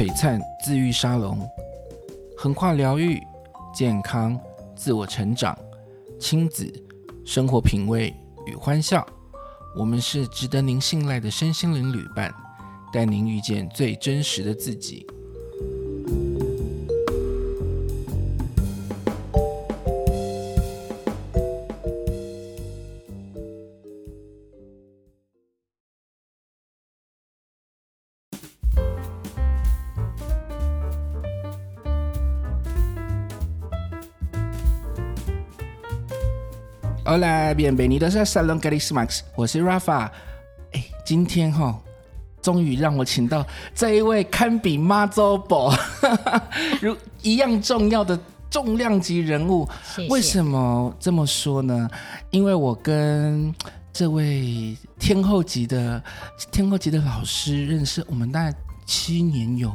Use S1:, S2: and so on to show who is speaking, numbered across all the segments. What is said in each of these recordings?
S1: 璀璨自愈沙龙，横跨疗愈、健康、自我成长、亲子、生活品味与欢笑。我们是值得您信赖的身心灵旅伴，带您遇见最真实的自己。Hola, bienvenidos a Salón Carismax， 我是 Rafa。今天终于让我请到这一位堪比妈祖婆如一样重要的重量级人物。
S2: 谢谢。
S1: 为什么这么说呢？因为我跟这位天后级的老师认识，我们大概7年有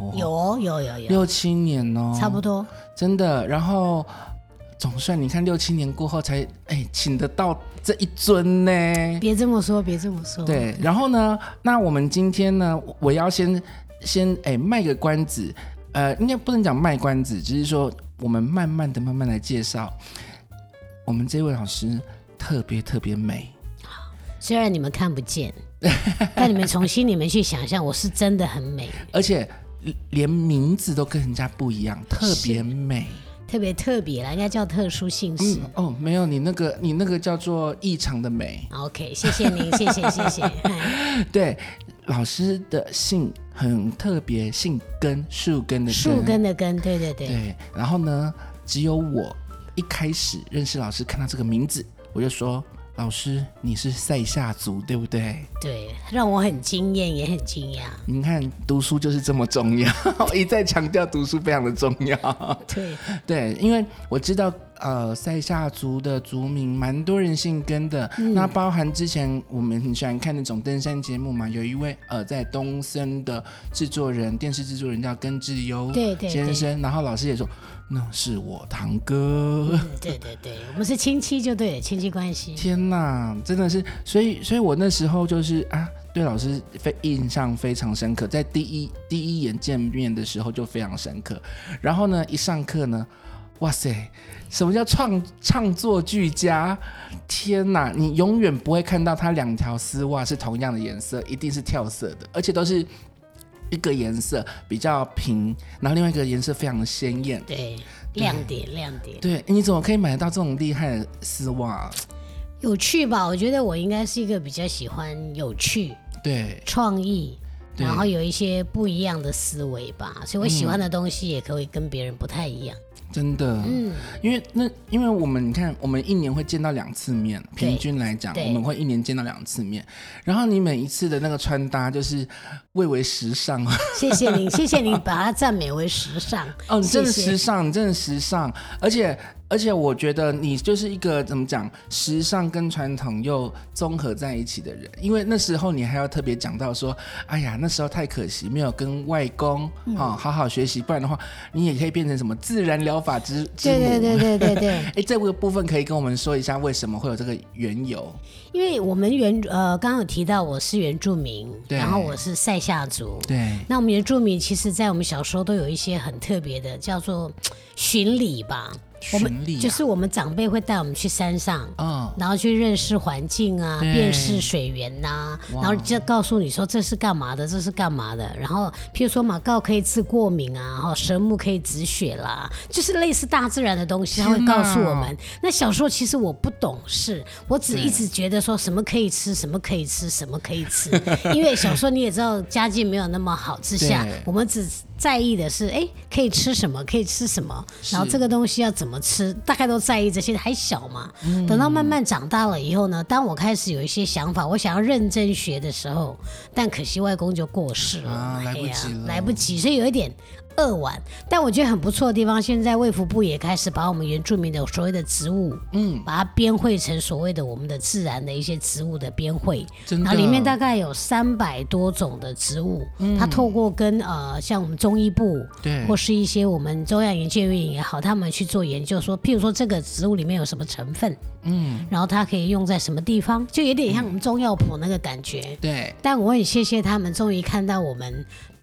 S1: 6、7年哦，
S2: 差不多，
S1: 真的。然后总算你看6、7年过后才请得到这一尊呢。
S2: 别这么说。
S1: 对，然后呢，那我们今天呢，我要先卖个关子，应该不能讲卖关子，只是说我们慢慢的来介绍我们这位老师，特别美。
S2: 虽然你们看不见，但你们从心里面去想象，我是真的很美，
S1: 而且连名字都跟人家不一样，特别美。
S2: 特别啦，应该叫特殊姓氏。
S1: 没有，你那个叫做异常的美。
S2: OK， 谢谢您，谢谢。
S1: 对，老师的姓很特别，姓根，树根的根。
S2: 树根的根，对。
S1: 对，然后呢，只有我一开始认识老师，看到这个名字，我就说，老师，你是塞夏族，对不对？
S2: 对，让我很惊艳，也很惊讶。
S1: 你看，读书就是这么重要，一再强调读书非常的重要。对，因为我知道，塞夏族的族名蛮多人姓根的。那包含之前我们很喜欢看那种登山节目嘛，有一位在东森的电视制作人叫根智优先生，然后老师也说，那是我堂哥。
S2: 对，我们是亲戚就对了，亲戚关系。
S1: 天哪，真的是，所以我那时候就是对老师印象非常深刻，在第一眼见面的时候就非常深刻。然后呢，一上课呢，哇塞，什么叫唱作俱佳？天哪，你永远不会看到他2条丝袜是同样的颜色，一定是跳色的，而且都是一个颜色比较平，然后另外一个颜色非常的鲜艳。
S2: 对，亮点。
S1: 对，你怎么可以买得到这种厉害的丝袜？
S2: 有趣吧？我觉得我应该是一个比较喜欢有趣、
S1: 对，
S2: 创意，然后有一些不一样的思维吧，所以我喜欢的东西也可以跟别人不太一样。
S1: 真的，因为我们你看，我们1年会见到2次面，平均来讲，我们会1年见到2次面。然后你每一次的那个穿搭就是蔚为时尚。
S2: 谢谢您把它赞美为时尚。
S1: 你真的时尚，你真的时尚，而且我觉得你就是一个怎么讲，时尚跟传统又综合在一起的人。因为那时候你还要特别讲到说，哎呀，那时候太可惜，没有跟外公好好学习，不然的话，你也可以变成什么自然疗法之母。对。这个部分可以跟我们说一下为什么会有这个缘由？
S2: 因为我们刚刚有提到我是原住民，然后我是塞夏族。对。那我们原住民其实在我们小时候都有一些很特别的，叫做巡礼吧。就是我们长辈会带我们去山上，然后去认识环境啊，辨识水源啊，然后就告诉你说这是干嘛的，然后譬如说马告可以治过敏啊，然后蛇木可以止血啦，就是类似大自然的东西，他会告诉我们。那小时候其实我不懂事，我只一直觉得说什么可以吃，因为小时候你也知道家境没有那么好之下，我们只在意的是可以吃什么，然后这个东西要怎么吃，大概都在意这些，还小嘛。等到慢慢长大了以后呢，当我开始有一些想法，我想要认真学的时候，但可惜外公就过世了，来不及，所以有一点2晚。但我觉得很不错的地方，现在卫福部也开始把我们原住民的所谓的植物，把它编绘成所谓的我们的自然的一些植物的编绘，然后里面大概有300多种的植物，它透过跟像我们中医部，或是一些我们中央研究院也好，他们去做研究说，譬如说这个植物里面有什么成分，然后它可以用在什么地方，就有点像我们中药谱那个感觉。对，但我很谢谢他们，终于看到我们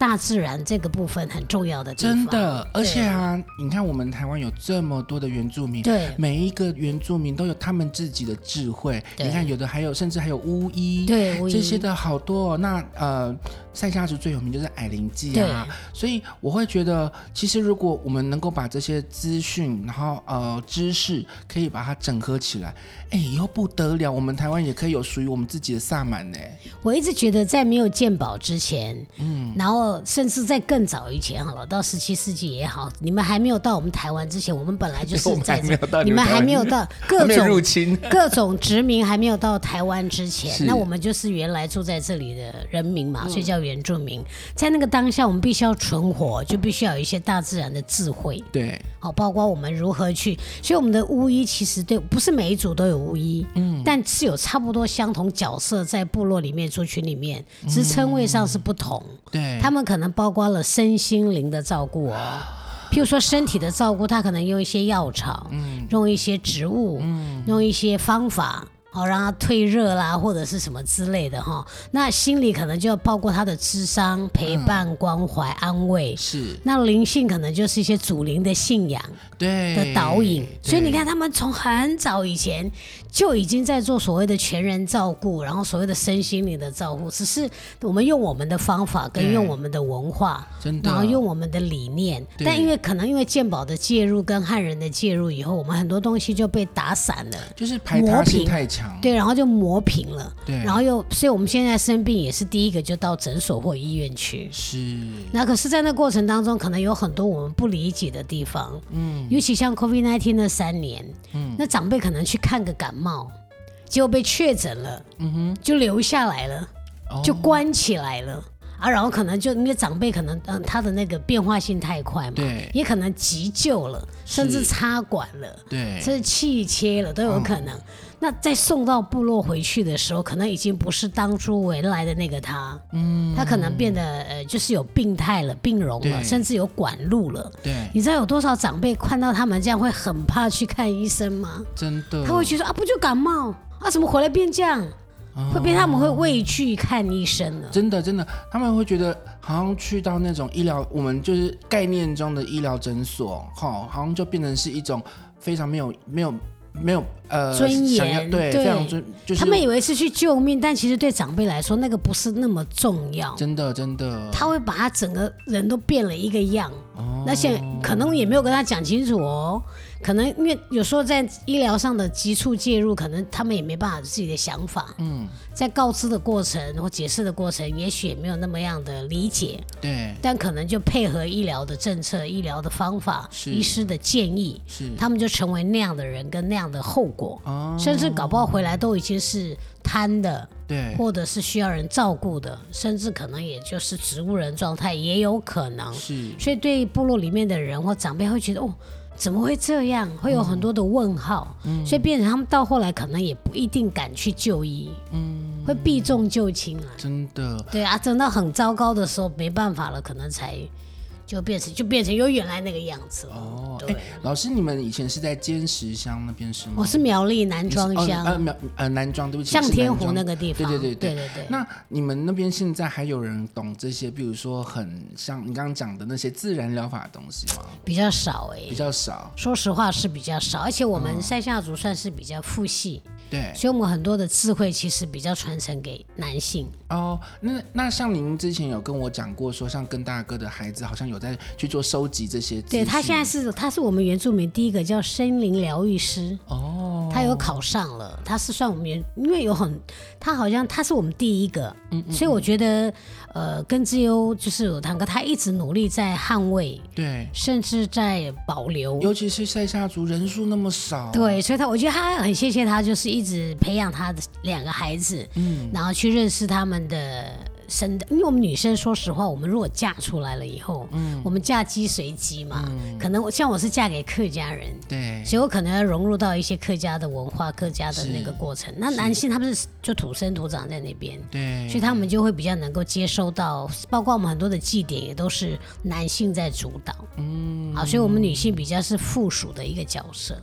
S2: 大自然这个部分很重要的地方。
S1: 真的，而且啊，你看我们台湾有这么多的原住民，
S2: 对，
S1: 每一个原住民都有他们自己的智慧。你看有的还有，甚至还有巫医，
S2: 对，
S1: 这些的好多。那赛夏族最有名就是矮灵祭啊，所以我会觉得，其实如果我们能够把这些资讯，然后知识可以把它整合起来，以后不得了，我们台湾也可以有属于我们自己的萨满呢。
S2: 我一直觉得在没有健保之前，然后甚至在更早以前好了，到17世纪也好，你们还没有到我们台湾之前，我们本来就是在你们还没有到各种
S1: 入侵
S2: 各种殖民还没有到台湾之前，那我们就是原来住在这里的人民嘛，所以叫原住民。在那个当下，我们必须要存活，就必须要有一些大自然的智慧。
S1: 对，
S2: 好，包括我们如何去，所以我们的巫医其实对不是每一组都有巫医，但是有差不多相同角色在部落里面、族群里面，只是称谓上是不同。
S1: 对，
S2: 他们可能包括了身心灵的照顾哦。譬如说身体的照顾，他可能用一些药草，用一些植物，用一些方法。好，让他退热啦，或者是什么之类的哈。那心理可能就包括他的諮商、陪伴、关怀、安慰。
S1: 是。
S2: 那灵性可能就是一些祖灵的信仰，
S1: 对
S2: 的导引。所以你看，他们从很早以前就已经在做所谓的全人照顾，然后所谓的身心灵的照顾。只是我们用我们的方法，跟用我们的文化，然后用我们的理念。但可能因为健保的介入跟汉人的介入以后，我们很多东西就被打散了，
S1: 就是排他性太强。
S2: 对，然后就磨平了。
S1: 对，
S2: 然后所以我们现在生病也是第一个就到诊所或医院去。
S1: 是。
S2: 那可是，在那过程当中，可能有很多我们不理解的地方。尤其像 COVID-19 那3年，那长辈可能去看个感冒，结果被确诊了，就留下来了，就关起来了。然后可能就因为长辈可能他的那个变化性太快嘛，
S1: 对，
S2: 也可能急救了，甚至插管了，
S1: 对，
S2: 甚至气切了都有可能。那在送到部落回去的时候，可能已经不是当初原来的那个他，他可能变得就是有病态了、病容了，甚至有管路了。
S1: 对，
S2: 你知道有多少长辈看到他们这样会很怕去看医生吗？
S1: 真的，
S2: 他会觉得不就感冒怎么回来变这样？他们会畏惧看医生了。
S1: 真的，他们会觉得好像去到那种医疗，我们就是概念中的医疗诊所，好像就变成是一种非常没有
S2: 尊严，
S1: 对，非常就是
S2: 他们以为是去救命，但其实对长辈来说，那个不是那么重要。
S1: 真的，
S2: 他会把他整个人都变了一个样。那现在可能也没有跟他讲清楚哦。可能因为有时候在医疗上的急促介入，可能他们也没办法自己的想法。在告知的过程或解释的过程，也许也没有那么样的理解。
S1: 对，
S2: 但可能就配合医疗的政策、医疗的方法、医师的建议，他们就成为那样的人跟那样的后果。甚至搞不好回来都已经是瘫的，
S1: 对，
S2: 或者是需要人照顾的，甚至可能也就是植物人状态也有可能。
S1: 是，
S2: 所以对部落里面的人或长辈会觉得怎么会这样？会有很多的问号。所以变成他们到后来可能也不一定敢去就医。会避重就轻啊。
S1: 真的。
S2: 对啊，等到很糟糕的时候没办法了，可能才就变成有原来那个样子了。对，
S1: 老师，你们以前是在尖石乡那边是吗？
S2: 我是苗栗南庄乡。
S1: 南庄，对不起，
S2: 向天湖那个地方。
S1: 对。那你们那边现在还有人懂这些，比如说很像你刚刚讲的那些自然疗法的东西吗？
S2: 比较少
S1: 比较少。
S2: 说实话是比较少，而且我们赛夏族算是比较父系。
S1: 对，
S2: 所以我们很多的智慧其实比较传承给男性。
S1: 那像您之前有跟我讲过说，像跟大哥的孩子好像有在去做收集这些资讯。
S2: 对，他现在他是我们原住民第一个叫森林疗愈师。他有考上了，他是算我们因为他好像他是我们第一个。所以我觉得跟之优就是有堂哥，他一直努力在捍卫，
S1: 对，
S2: 甚至在保留，
S1: 尤其是赛夏族人数那么少。
S2: 对，所以我觉得他很谢谢他，就是一直培养他的2个孩子，然后去认识他们的因为我们女生说实话，我们如果嫁出来了以后，我们嫁鸡随鸡嘛，可能像我是嫁给客家人，
S1: 对，
S2: 所以我可能要融入到一些客家的文化、客家的那个过程。那男性他们是就土生土长在那边，
S1: 对，
S2: 所以他们就会比较能够接收到，包括我们很多的祭典也都是男性在主导，好，所以我们女性比较是附属的一个角色。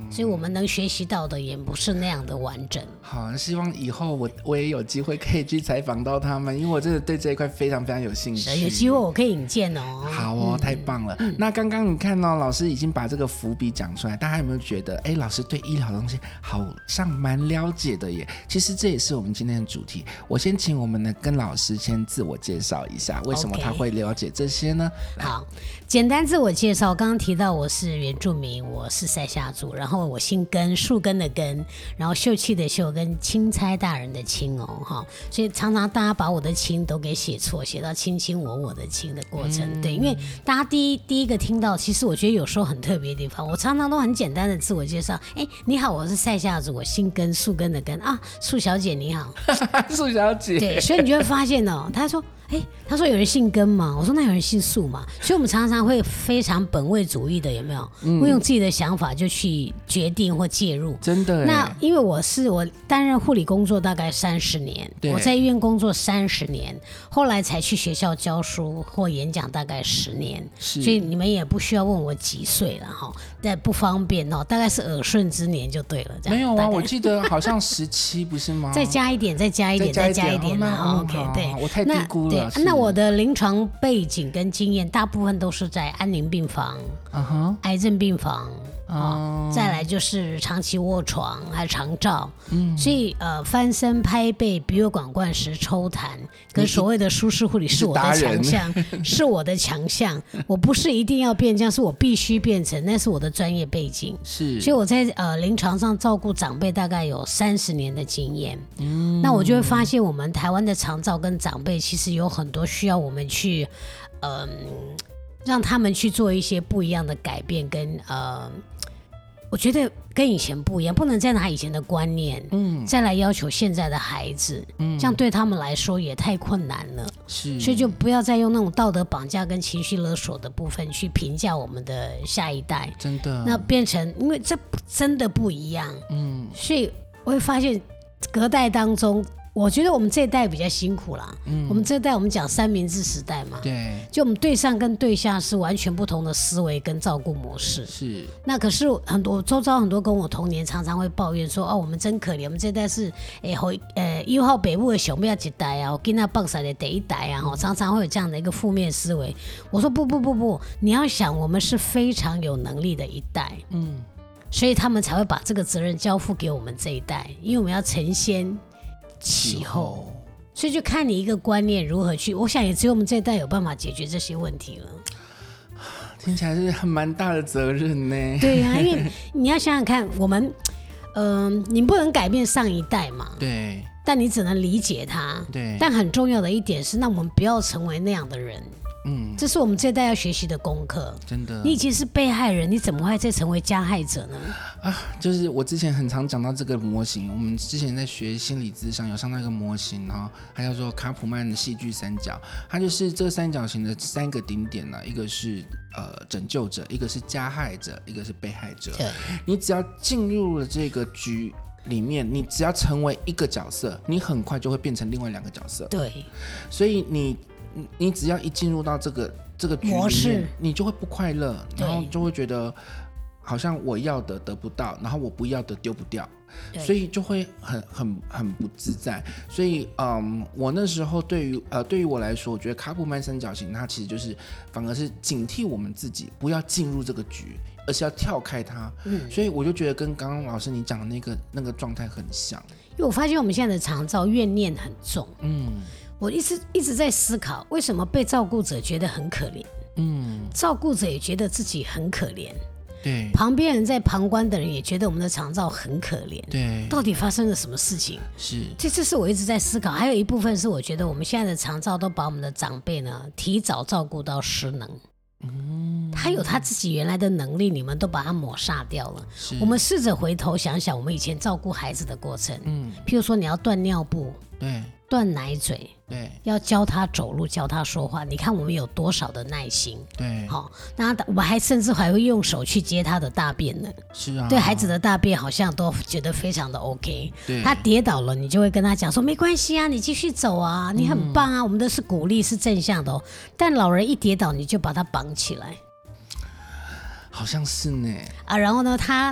S2: 所以我们能学习到的也不是那样的完整。
S1: 好，希望以后我也有机会可以去采访到他们，因为我真的对这一块非常非常有兴趣。
S2: 有机会我可以引荐哦。
S1: 好哦，太棒了。那刚刚你看老师已经把这个伏笔讲出来，大家有没有觉得老师对医疗的东西好像蛮了解的耶？其实这也是我们今天的主题。我先请我们的跟老师先自我介绍一下，为什么他会了解这些呢？
S2: 好，简单自我介绍，刚刚提到我是原住民，我是塞夏族，然后我姓根，树根的根，然后秀气的秀跟钦差大人的钦哦，所以常常大家把我的钦都给写错，写到卿卿我的卿的过程，对，因为大家第一个听到，其实我觉得有时候很特别的地方，我常常都很简单的自我介绍，你好，我是塞夏族，我姓根，树根的根啊，树小姐你好，
S1: 树小姐，
S2: 对，所以你就会发现他说有人姓根嘛，我说那有人姓树嘛，所以我们常常会非常本位主义的，有没有？会用自己的想法就去决定或介入。
S1: 真的耶。
S2: 那因为我担任护理工作大概30年，我在医院工作30年，后来才去学校教书或演讲大概10年，所以你们也不需要问我几岁了哈，但不方便大概是耳顺之年就对了。这样
S1: 没有啊，我记得好像17不是吗？
S2: 再加一点，OK， 对，
S1: 我太低估了。
S2: 那我的临床背景跟经验大部分都是在安宁病房、癌症病房，再来就是长期卧床还有长照，所以翻身拍背鼻胃管灌食抽痰跟所谓的舒适护理是我的强项，是我的强项。我不是一定要变这样，是我必须变成，那是我的专业背景。
S1: 是，
S2: 所以我在临床上照顾长辈大概有30年的经验。那我就会发现我们台湾的长照跟长辈其实有很多需要我们去让他们去做一些不一样的改变跟我觉得跟以前不一样，不能再拿以前的观念，再来要求现在的孩子，这样对他们来说也太困难了。
S1: 是，
S2: 所以就不要再用那种道德绑架跟情绪勒索的部分去评价我们的下一代。
S1: 真的，
S2: 那变成因为这真的不一样，所以我会发现隔代当中。我觉得我们这一代比较辛苦啦，我们这一代我们讲三明治时代嘛，
S1: 对，
S2: 就我们对上跟对下是完全不同的思维跟照顾模式。
S1: 是，
S2: 那可是周遭很多跟我同年常常会抱怨说，我们真可怜，我们这一代是1号北部的小庙一代啊，我跟他棒赛的第一代啊，常常会有这样的一个负面思维。我说不，你要想我们是非常有能力的一代，所以他们才会把这个责任交付给我们这一代，因为我们要承先其后，所以就看你一个观念如何去，我想也只有我们这一代有办法解决这些问题了。
S1: 听起来是很蛮大的责任呢。
S2: 对啊，因为你要想想看，我们你不能改变上一代嘛，
S1: 对，
S2: 但你只能理解他。
S1: 对，
S2: 但很重要的一点是，那我们不要成为那样的人。这是我们这代要学习的功课。
S1: 真的，
S2: 你已经是被害人，你怎么会再成为加害者呢？
S1: 就是我之前很常讲到这个模型，我们之前在学心理咨商有上到一个模型，然后它叫做卡普曼的戏剧三角，它就是这三角形的3个顶点呢，一个是拯救者，一个是加害者，一个是被害者。
S2: 对，
S1: 你只要进入了这个局里面，你只要成为一个角色，你很快就会变成另外2个角色。
S2: 对，
S1: 所以你只要一进入到这个局里面，你就会不快乐，然后就会觉得好像我要的得不到，然后我不要的丢不掉，所以就会很不自在。所以我那时候对于我来说，我觉得卡普曼三角形它其实就是反而是警惕我们自己不要进入这个局，而是要跳开它。所以我就觉得跟刚刚老师你讲的那个状态很像。
S2: 因为我发现我们现在的长照怨念很重。我一直在思考，为什么被照顾者觉得很可怜？照顾者也觉得自己很可怜。
S1: 对，
S2: 旁边人在旁观的人也觉得我们的长照很可怜。
S1: 对，
S2: 到底发生了什么事情？
S1: 是，
S2: 这是我一直在思考。还有一部分是我觉得我们现在的长照都把我们的长辈呢提早照顾到失能。他有他自己原来的能力，你们都把他抹杀掉了。我们试着回头想想我们以前照顾孩子的过程，譬如说你要断尿布，
S1: 对，
S2: 断奶嘴，
S1: 对，
S2: 要教他走路，教他说话，你看我们有多少的耐心。
S1: 对，
S2: 那我们甚至还会用手去接他的大便呢。
S1: 是啊，
S2: 对孩子的大便好像都觉得非常的 OK。
S1: 对，
S2: 他跌倒了，你就会跟他讲说没关系啊，你继续走啊，你很棒啊。我们都是鼓励，是正向的哦。但老人一跌倒，你就把他绑起来。
S1: 好像是呢。
S2: 然后呢，他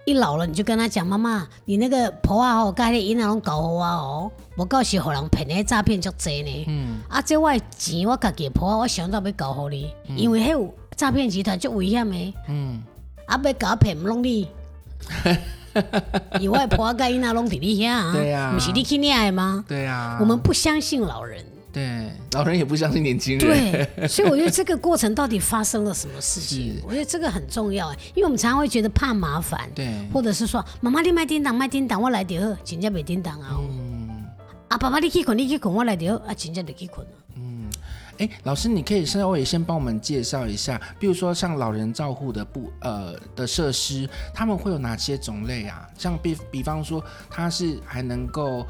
S2: 一老了你就跟他讲，妈妈，你那个婆啊吼，该你囡仔拢搞好啊哦，无到时互人骗的诈骗足济呢。这我的钱我家己婆啊，我想到要搞好你，因为迄有诈骗集团足危险的。要搞骗唔拢你。以外婆跟囡仔拢伫你遐啊，
S1: 对啊，
S2: 不是你去领的吗？
S1: 对啊，
S2: 我们不相信老人，
S1: 对，老人也不相信年轻人，
S2: 对，所以我觉得这个过程到底发生了什么事情？我觉得这个很重要，因为我们常常会觉得怕麻烦，
S1: 对，
S2: 或者是说妈妈你卖叮当卖叮当，我来就好，真正袂叮当啊。爸爸你去困，我来就好，真正就去困了。
S1: 老师，你可以稍微先帮我们介绍一下，比如说像老人照护的设施，他们会有哪些种类啊？像比方说，它是还能够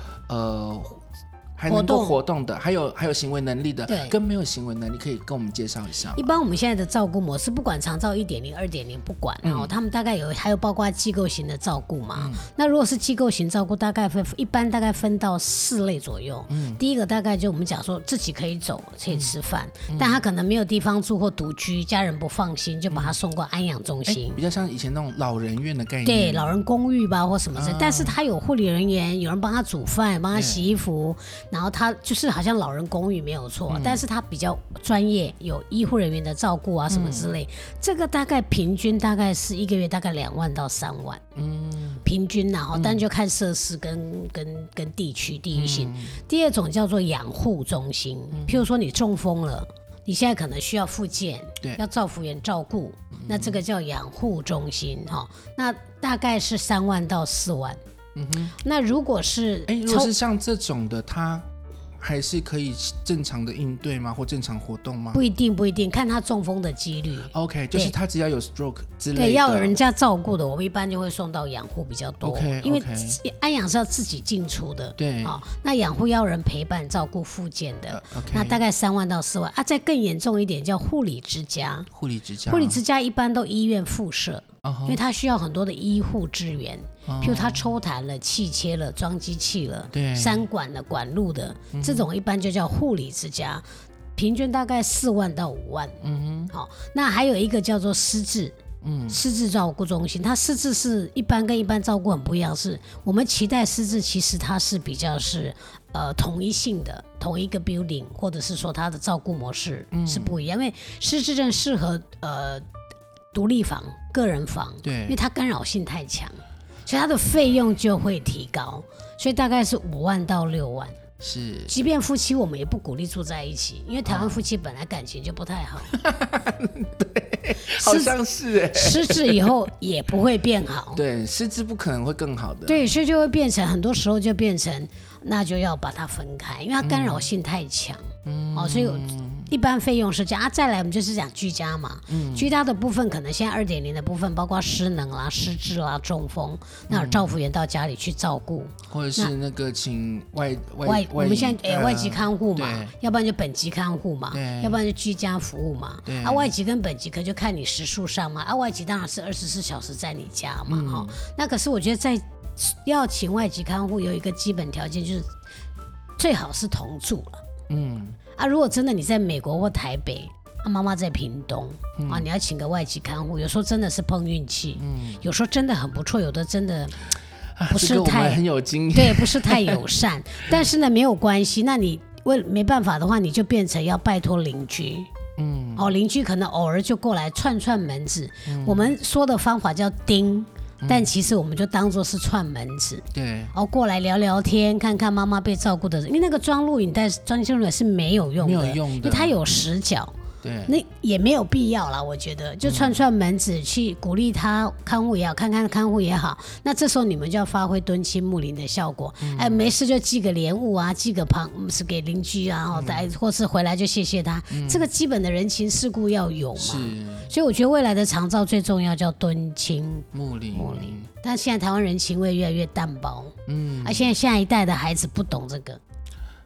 S1: 活动的，还有行为能力的，跟没有行为能力，可以跟我们介绍一下吗？
S2: 一般我们现在的照顾模式，不管长照 1.0、2.0不管，他们大概还有包括机构型的照顾嘛。那如果是机构型照顾，一般大概分到4类左右。第一个大概就我们讲说自己可以走，可以吃饭，但他可能没有地方住或独居，家人不放心，就把他送过安养中心，
S1: 比较像以前那种老人院的概念，
S2: 对，老人公寓吧或什么的。但是他有护理人员，有人帮他煮饭，帮他洗衣服。然后他就是好像老人公寓没有错，但是他比较专业，有医护人员的照顾啊什么之类。这个大概平均大概是1个月大概2万到3万，平均但就看设施跟地域性。第二种叫做养护中心，譬如说你中风了，你现在可能需要复健，要照服员照顾，那这个叫养护中心那大概是3万到4万。那如果是
S1: 像这种的，他还是可以正常的应对吗？或正常活动吗？
S2: 不一定，看他中风的几率。
S1: OK， 就是他只要有 stroke 之类的，
S2: 对，要有人家照顾的，我们一般就会送到养护比较多。因为安养是要自己进出的，
S1: 对，
S2: 那养护要人陪伴照顾复健的，那大概3万到4万啊。再更严重一点叫护理之家，护理之家一般都医院附设。因为它需要很多的医护支援，譬如它抽痰了、气切了、装机器了、三管了、管路的，这种一般就叫护理之家，平均大概4万到5万。那还有一个叫做失智。失智照顾中心，它失智是一般跟一般照顾很不一样，是我们期待失智其实它是比较是统一性的，同一个 building， 或者是说它的照顾模式是不一样，因为失智症适合独立房、个人房，对，因为它干扰性太强，所以它的费用就会提高，所以大概是5万到6万。是，即便夫妻我们也不鼓励住在一起，因为台湾夫妻本来感情就不太好。
S1: 对，好像是
S2: 失智以后也不会变好。
S1: 对，失智不可能会更好的。
S2: 对，所以就会变成很多时候就变成，那就要把它分开，因为它干扰性太强。所以一般费用是这样再来我们就是讲居家嘛，居家的部分可能现在2.0的部分包括失能啦、失智啦、中风，那有照服员到家里去照顾，
S1: 或者是那个请
S2: 我们现在外籍看护嘛，要不然就本籍看护嘛，要不然就居家服务嘛。外籍跟本籍可就看你时数上嘛，外籍当然是24小时在你家嘛。那可是我觉得要请外籍看护有一个基本条件，就是最好是同住了。如果真的你在美国或台北，妈妈在屏东，你要请个外籍看护，有时候真的是碰运气，有时候真的很不错，有的真的不是太
S1: 很有经验，
S2: 对，不是太友善。但是呢，没有关系，那你没办法的话，你就变成要拜托邻居。邻居可能偶尔就过来串门子，我们说的方法叫盯。但其实我们就当作是串门子，对，过来聊聊天，看看妈妈被照顾的人，因为那个装录影带、装监录影是没有用的，因为它有死角，对，那也没有必要啦。我觉得就串门子去鼓励他看护也好，看看看护也好，那这时候你们就要发挥敦亲睦邻的效果。没事就寄个莲雾啊，寄个是给邻居啊，或是回来就谢谢他，这个基本的人情世故要有嘛。所以我觉得未来的长照最重要叫敦亲睦邻。但现在台湾人情味越来越淡薄，而现在下一代的孩子不懂这个。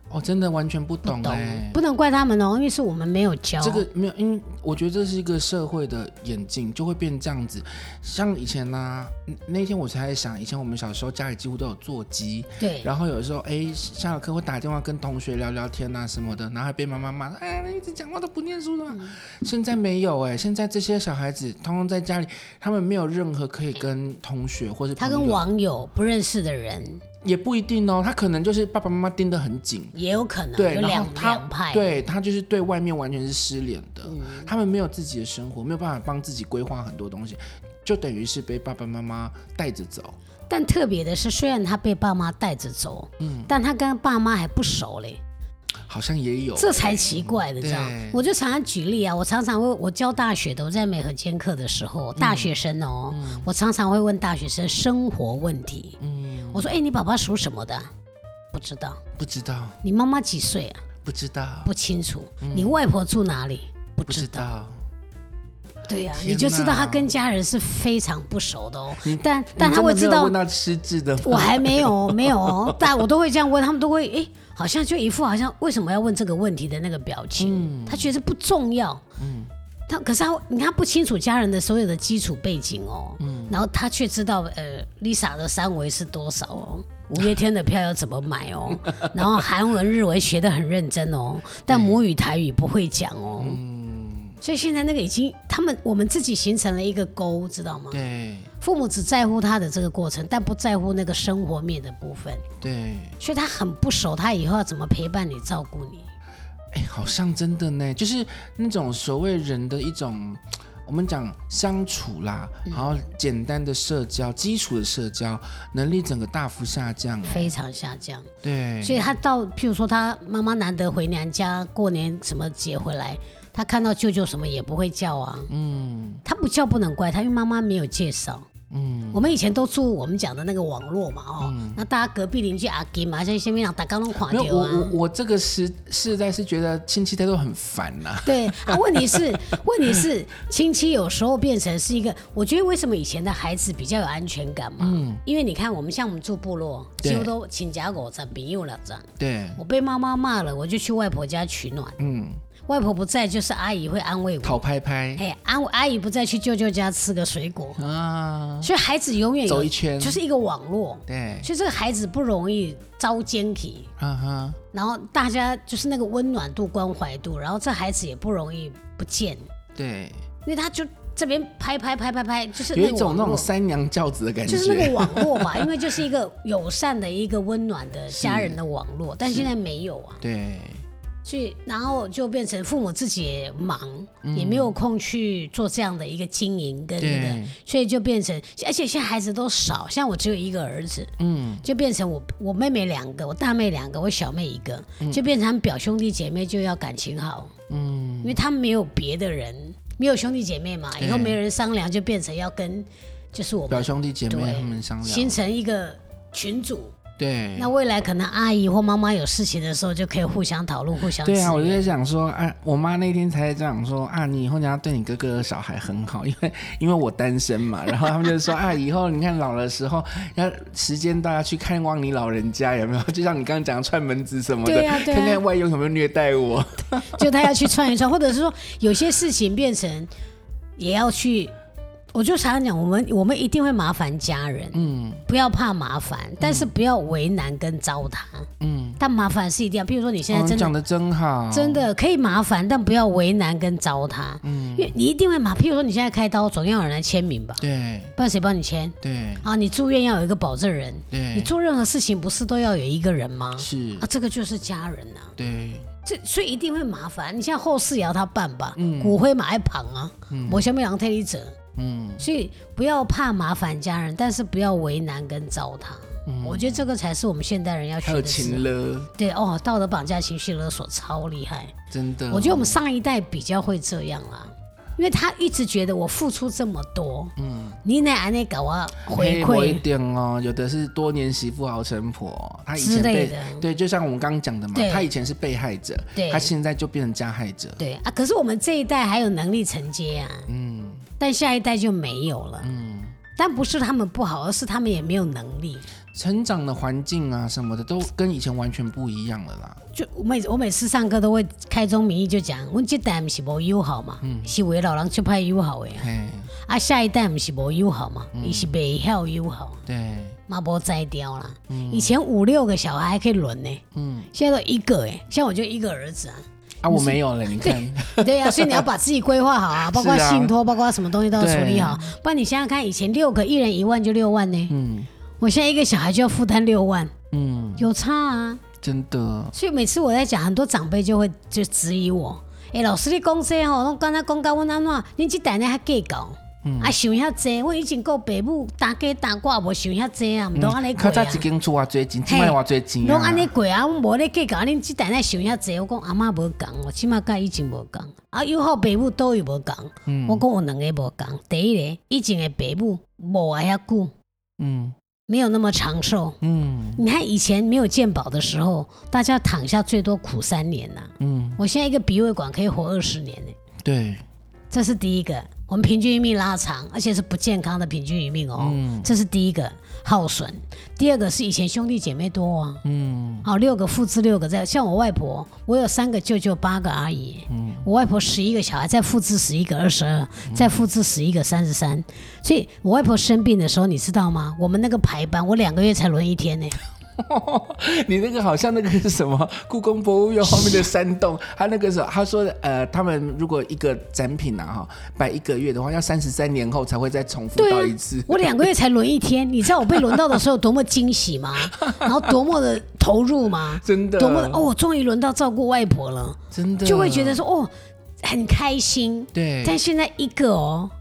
S1: 哦，真的完全不懂
S2: 不能怪他们哦，因为是我们没有教。
S1: 这个没有，因为我觉得这是一个社会的演进，就会变这样子。像以前呢，那天我才在想，以前我们小时候家里几乎都有座机，
S2: 对，
S1: 然后有时候下了课会打电话跟同学聊聊天啊什么的，然后还被妈妈骂，你一直讲话都不念书了。现在没有现在这些小孩子通通在家里，他们没有任何可以跟同学或是
S2: 他跟网友不认识的人。
S1: 也不一定他可能就是爸爸妈妈盯得很紧，
S2: 也有可能，
S1: 对，
S2: 有两派，
S1: 对，他就是对外面完全是失联的，他们没有自己的生活，没有办法帮自己规划很多东西，就等于是被爸爸妈妈带着走。
S2: 但特别的是，虽然他被爸妈带着走，但他跟爸妈还不熟嘞。
S1: 好像也有，
S2: 这才奇怪的，这样。我就常常举例啊，我常常会，我教大学的，我在美和兼课的时候，大学生我常常会问大学生生活问题。我说，你爸爸属什么的？不知道。
S1: 不知道。
S2: 你妈妈几岁啊？
S1: 不知道。
S2: 不清楚。你外婆住哪里？不知道。对呀，你就知道他跟家人是非常不熟的但他会知道。
S1: 问到失智的吗？
S2: 我还没有但我都会这样问，他们都会好像就一副好像为什么要问这个问题的那个表情，他觉得不重要。可是你看不清楚家人的所有的基础背景然后他却知道Lisa 的三围是多少五月天的票要怎么买然后韩文日文学得很认真但母语台语不会讲所以现在那个已经我们自己形成了一个沟，知道吗？
S1: 对，
S2: 父母只在乎他的这个过程，但不在乎那个生活面的部分。
S1: 对，
S2: 所以他很不熟，他以后要怎么陪伴你、照顾你？
S1: 好像真的呢，就是那种所谓人的一种，我们讲相处啦，然后简单的社交、基础的社交能力，整个大幅下降，
S2: 非常下降。
S1: 对，
S2: 所以他譬如说他妈妈难得回娘家过年什么节回来。他看到舅舅什么也不会叫啊，他不叫不能怪他，因为妈妈没有介绍。我们以前都住我们讲的那个网络嘛，那大家隔壁邻居阿金嘛，像下面大家都垮掉啊。
S1: 我这个实在是觉得亲戚态度很烦呐。
S2: 对问题是亲戚有时候变成是一个，我觉得为什么以前的孩子比较有安全感嘛？因为你看我们住部落，几乎都亲家狗在朋友了这样。
S1: 对，
S2: 我被妈妈骂了，我就去外婆家取暖。外婆不在，就是阿姨会安慰我，
S1: 讨拍拍。
S2: 阿姨不在，去舅舅家吃个水果啊。所以孩子永远
S1: 走一圈，
S2: 就是一个网络。
S1: 对，
S2: 所以这个孩子不容易遭奸体。然后大家就是那个温暖度、关怀度，然后这孩子也不容易不见。
S1: 对，
S2: 因为他就这边拍，就是
S1: 有一种那种三娘教子的感觉，
S2: 就是那个网络吧，因为就是一个友善的一个温暖的家人的网络，但现在没有啊。
S1: 对。
S2: 所以，然后就变成父母自己也忙，也没有空去做这样的一个经营跟那个，所以就变成，而且现在孩子都少，像我只有一个儿子，就变成我妹妹2个，我大妹2个，我小妹1个，就变成他们表兄弟姐妹就要感情好，因为他们没有别的人，没有兄弟姐妹嘛，以后没人商量，就变成要跟就是我们
S1: 表兄弟姐妹他们商量，
S2: 形成一个群组。
S1: 对，
S2: 那未来可能阿姨或妈妈有事情的时候，就可以互相讨论、互相支援。
S1: 对啊，我就在想说，我妈那天才讲说你以后你要对你哥哥的小孩很好，因为我单身嘛，然后他们就说以后你看老的时候，要时间到要去看望你老人家，有没有？就像你刚刚讲串门子什么的，
S2: 对啊，
S1: 看看外佣有没有虐待我。
S2: 就他要去串一串，或者是说有些事情变成也要去。我就常常讲，我们一定会麻烦家人，不要怕麻烦，但是不要为难跟糟蹋，但麻烦是一定要，比如说你现在真的
S1: 讲得真好，
S2: 真的可以麻烦，但不要为难跟糟蹋，因为你一定会譬如说你现在开刀，总要有人来签名吧，
S1: 对，
S2: 不然谁帮你签？
S1: 对，
S2: 你住院要有一个保证人，
S1: 对，
S2: 你做任何事情不是都要有一个人吗？
S1: 是
S2: 这个就是家人啊，
S1: 对。
S2: 所以一定会麻烦，你现在后事也要他办吧，骨灰嘛爱旁啊，我下面人替你走。所以不要怕麻烦家人，但是不要为难跟糟蹋。我觉得这个才是我们现代人要学的。还有
S1: 情勒，
S2: 对道德绑架、情绪勒索超厉害，
S1: 真的。
S2: 我觉得我们上一代比较会这样啦，因为他一直觉得我付出这么多，你哪那搞我回馈
S1: 一点有的是多年媳妇熬成婆，他以前
S2: 之类的，
S1: 对，就像我们刚刚讲的嘛，他以前是被害者，他现在就变成加害者，
S2: 对可是我们这一代还有能力承接啊，但下一代就没有了，但不是他们不好，而是他们也没有能力。
S1: 成长的环境啊什么的都跟以前完全不一样了啦。
S2: 就我每次上课都会开宗明义就讲，我们这代不是无友好嘛，是为老人就派友好的啊，下一代不是无友好嘛，伊是未晓友好，
S1: 对，
S2: 嘛无摘掉啦。以前5、6个小孩还可以轮呢，现在都1个像我就1个儿子啊。
S1: 我没有了，你看。
S2: 对呀，所以你要把自己规划好啊，包括信托，包括什么东西都要处理好。不然你想想看，以前6个，一人1万就6万呢。我现在1个小孩就要负担6万，有差啊，
S1: 真的。
S2: 所以每次我在讲，很多长辈就会质疑我，老师你讲这吼，我刚才讲到我安怎，恁这代呢还计较。想遐济，我以前跟爸母打鸡打挂，无想遐济啊，唔都安尼过啊。
S1: 较早一间厝偌济钱，即摆偌济钱啊。
S2: 拢安尼过啊，我无咧计较，恁即代呢想遐济，我讲阿嬷无讲，我起码甲以前无讲。啊，友好爸母都有无讲，我讲有2个无讲。第一个，以前的爸母无爱遐久，没有那么长寿。你看以前没有健保的时候，大家躺下最多苦3年呐。我现在一个鼻胃管可以活20年呢。
S1: 对，
S2: 这是第一个。我们平均余命拉长，而且是不健康的平均余命哦。这是第一个耗损。第二个是以前兄弟姐妹多啊。好，6个父子6个在，像我外婆，我有3个舅舅8个阿姨。我外婆11个小孩，再父子11个22，再父子11个33。所以我外婆生病的时候，你知道吗？我们那个排班，我2个月才轮1天呢。
S1: 你那个好像那个是什么故宫博物院后面的山洞，他那个时候他说他们如果一个展品摆1个月的话，要33年后才会再重复到一次。
S2: 我2个月才轮1天，你知道我被轮到的时候多么惊喜吗？然后多么的投入吗？
S1: 真的，
S2: 多么的我终于轮到照顾外婆了，
S1: 真的
S2: 就会觉得说很开心。
S1: 对，
S2: 但现在1个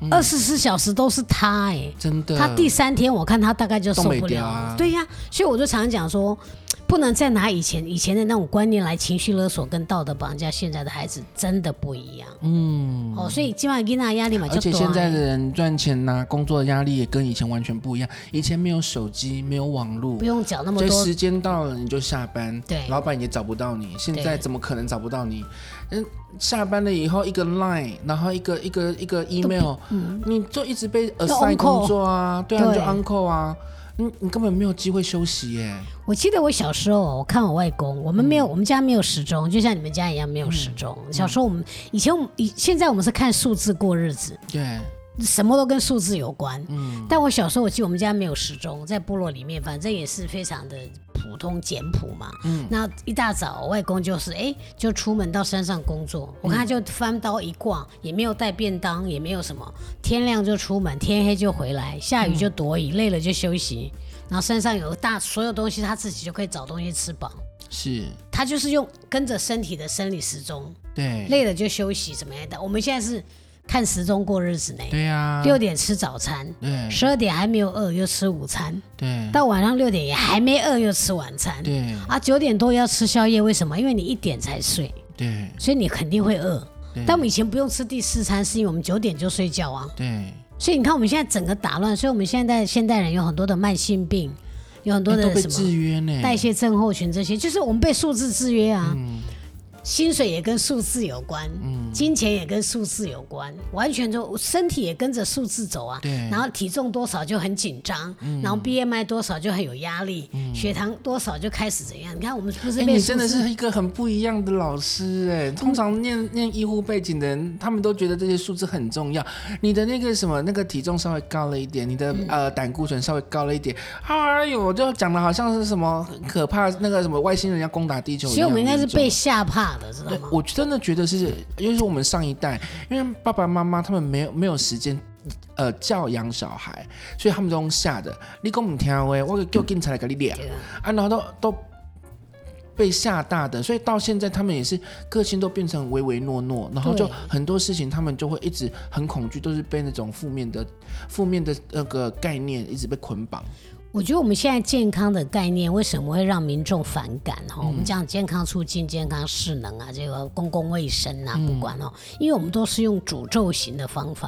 S2: 24小时都是他
S1: 真的。
S2: 他第3天我看他大概就受不了对呀，所以我就常常讲说，不能再拿以前的那种观念来情绪勒索跟道德绑架现在的孩子，真的不一样。所以基本上囡仔压力嘛就多。
S1: 而且现在的人赚钱工作的压力也跟以前完全不一样。以前没有手机，没有网络，
S2: 不用缴那么多，
S1: 所以时间到了你就下班，
S2: 对，
S1: 老板也找不到你。现在怎么可能找不到你？下班了以后一个 line， 然后一个 email，你就一直被 assign 工作啊，对啊，你就 uncle 啊。你根本没有机会休息耶。
S2: 我记得我小时候，我看我外公，我们家没有时钟，就像你们家一样没有时钟。小时候现在我们是看数字过日子，
S1: 对，
S2: 什么都跟数字有关。但我小时候我记得我们家没有时钟，在部落里面，反正也是非常的普通简朴嘛。那一大早，我外公就出门到山上工作。我看他就翻刀一挂，也没有带便当，也没有什么，天亮就出门，天黑就回来，下雨就躲雨，累了就休息。然后山上有所有东西，他自己就可以找东西吃饱。
S1: 是，
S2: 他就是跟着身体的生理时钟，
S1: 对，
S2: 累了就休息，怎么样的？我们现在是看时钟过日子呢。
S1: 对啊
S2: ，6点吃早餐，
S1: 对
S2: ，12点还没有饿又吃午餐，
S1: 对，
S2: 到晚上6点也还没饿又吃晚餐，
S1: 对
S2: 啊，9点多要吃宵夜，为什么？因为你1点才睡，
S1: 对，
S2: 所以你肯定会饿。但我们以前不用吃第4餐，是因为我们9点就睡觉啊。
S1: 对，
S2: 所以你看我们现在整个打乱，所以我们现代人有很多的慢性病，有很多的什么代谢症候群，这些就是我们被数字制约啊。薪水也跟数字有关，金钱也跟数字有关，完全就身体也跟着数字走啊。然后体重多少就很紧张，然后 BMI 多少就很有压力，血糖多少就开始怎样。你看我们不是被
S1: 你真的是一个很不一样的老师通常念医护背景的人，他们都觉得这些数字很重要。你的那个什么那个体重稍微高了一点，你的胆固醇稍微高了一点，哎呦，就讲的好像是什么很可怕那个什么外星人要攻打地球一样。
S2: 所以我们应该是被吓怕的，知道吗？
S1: 我真的觉得是，因为是我们上一代，因为爸爸妈妈他们没有时间教养小孩，所以他们都用吓的。你讲不听话，我叫警察来给你抓然后都被吓大的，所以到现在他们也是个性都变成唯唯诺诺，然后就很多事情他们就会一直很恐惧，都是被那种负面的那个概念一直被捆绑。
S2: 我觉得我们现在健康的概念为什么会让民众反感我们讲健康促进、健康势能啊，这个公共卫生啊，不管因为我们都是用诅咒型的方法。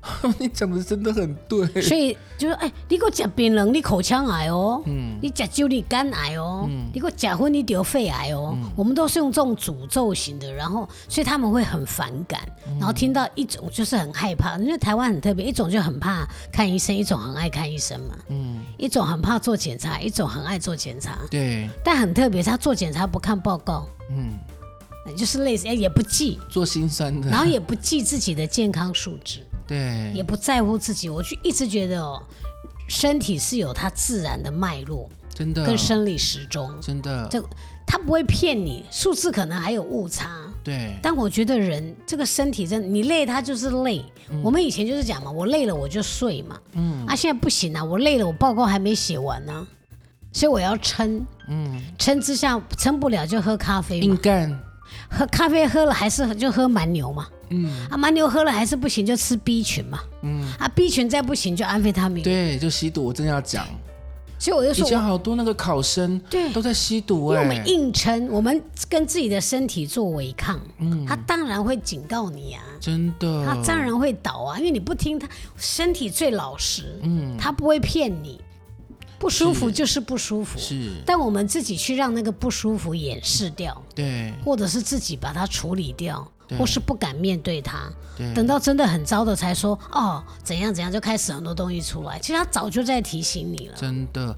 S1: 你讲的真的很对，
S2: 所以就是你给我吃槟榔，你口腔癌哦，你吃酒你肝癌哦，你给我吃荤你得肺癌哦，我们都是用这种诅咒型的，然后所以他们会很反感，然后听到一种就是很害怕，因为台湾很特别，一种就很怕看医生，一种很爱看医生嘛，一种很怕做检查，一种很爱做检查，
S1: 对，
S2: 但很特别，他做检查不看报告，就是类似也不记，
S1: 做心酸的，
S2: 然后也不记自己的健康数值。
S1: 对，
S2: 也不在乎自己，我就一直觉得身体是有它自然的脉络，
S1: 真的，
S2: 跟生理时钟，
S1: 真的，
S2: 它不会骗你，数字可能还有误差，
S1: 对。
S2: 但我觉得人这个身体真的，你累它就是累。我们以前就是讲嘛，我累了我就睡嘛，现在不行啊，我累了我报告还没写完呢，所以我要撑，撑之下撑不了就喝咖啡嘛，
S1: 硬干，
S2: 喝咖啡喝了还是就喝蛮牛嘛。蛮牛喝了还是不行，就吃 B 群嘛。B 群再不行就安非他命。
S1: 对，就吸毒，我真的要讲。
S2: 所以我就说，
S1: 以前好多那个考生都在吸毒，
S2: 因为我们硬撑，我们跟自己的身体做违抗，他当然会警告你啊，
S1: 真的，
S2: 他当然会倒啊，因为你不听他，身体最老实，他不会骗你。不舒服就是不舒服，
S1: 是，
S2: 但我们自己去让那个不舒服掩饰掉，
S1: 对，
S2: 或者是自己把它处理掉，或是不敢面对它，等到真的很糟的才说怎样怎样，就开始很多东西出来。其实他早就在提醒你了，
S1: 真的。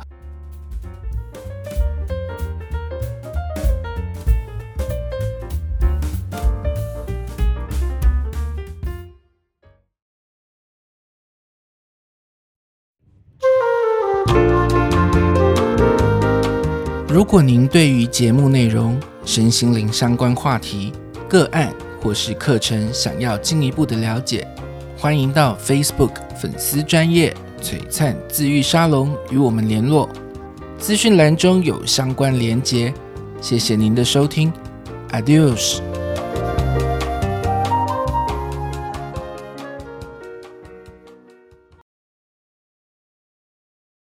S1: 如果您对于节目内容、身心灵相关话题、个案或是课程想要进一步的了解，欢迎到 Facebook 粉丝专页璀璨自愈沙龙与我们联络，资讯栏中有相关连结。谢谢您的收听 ，Adios。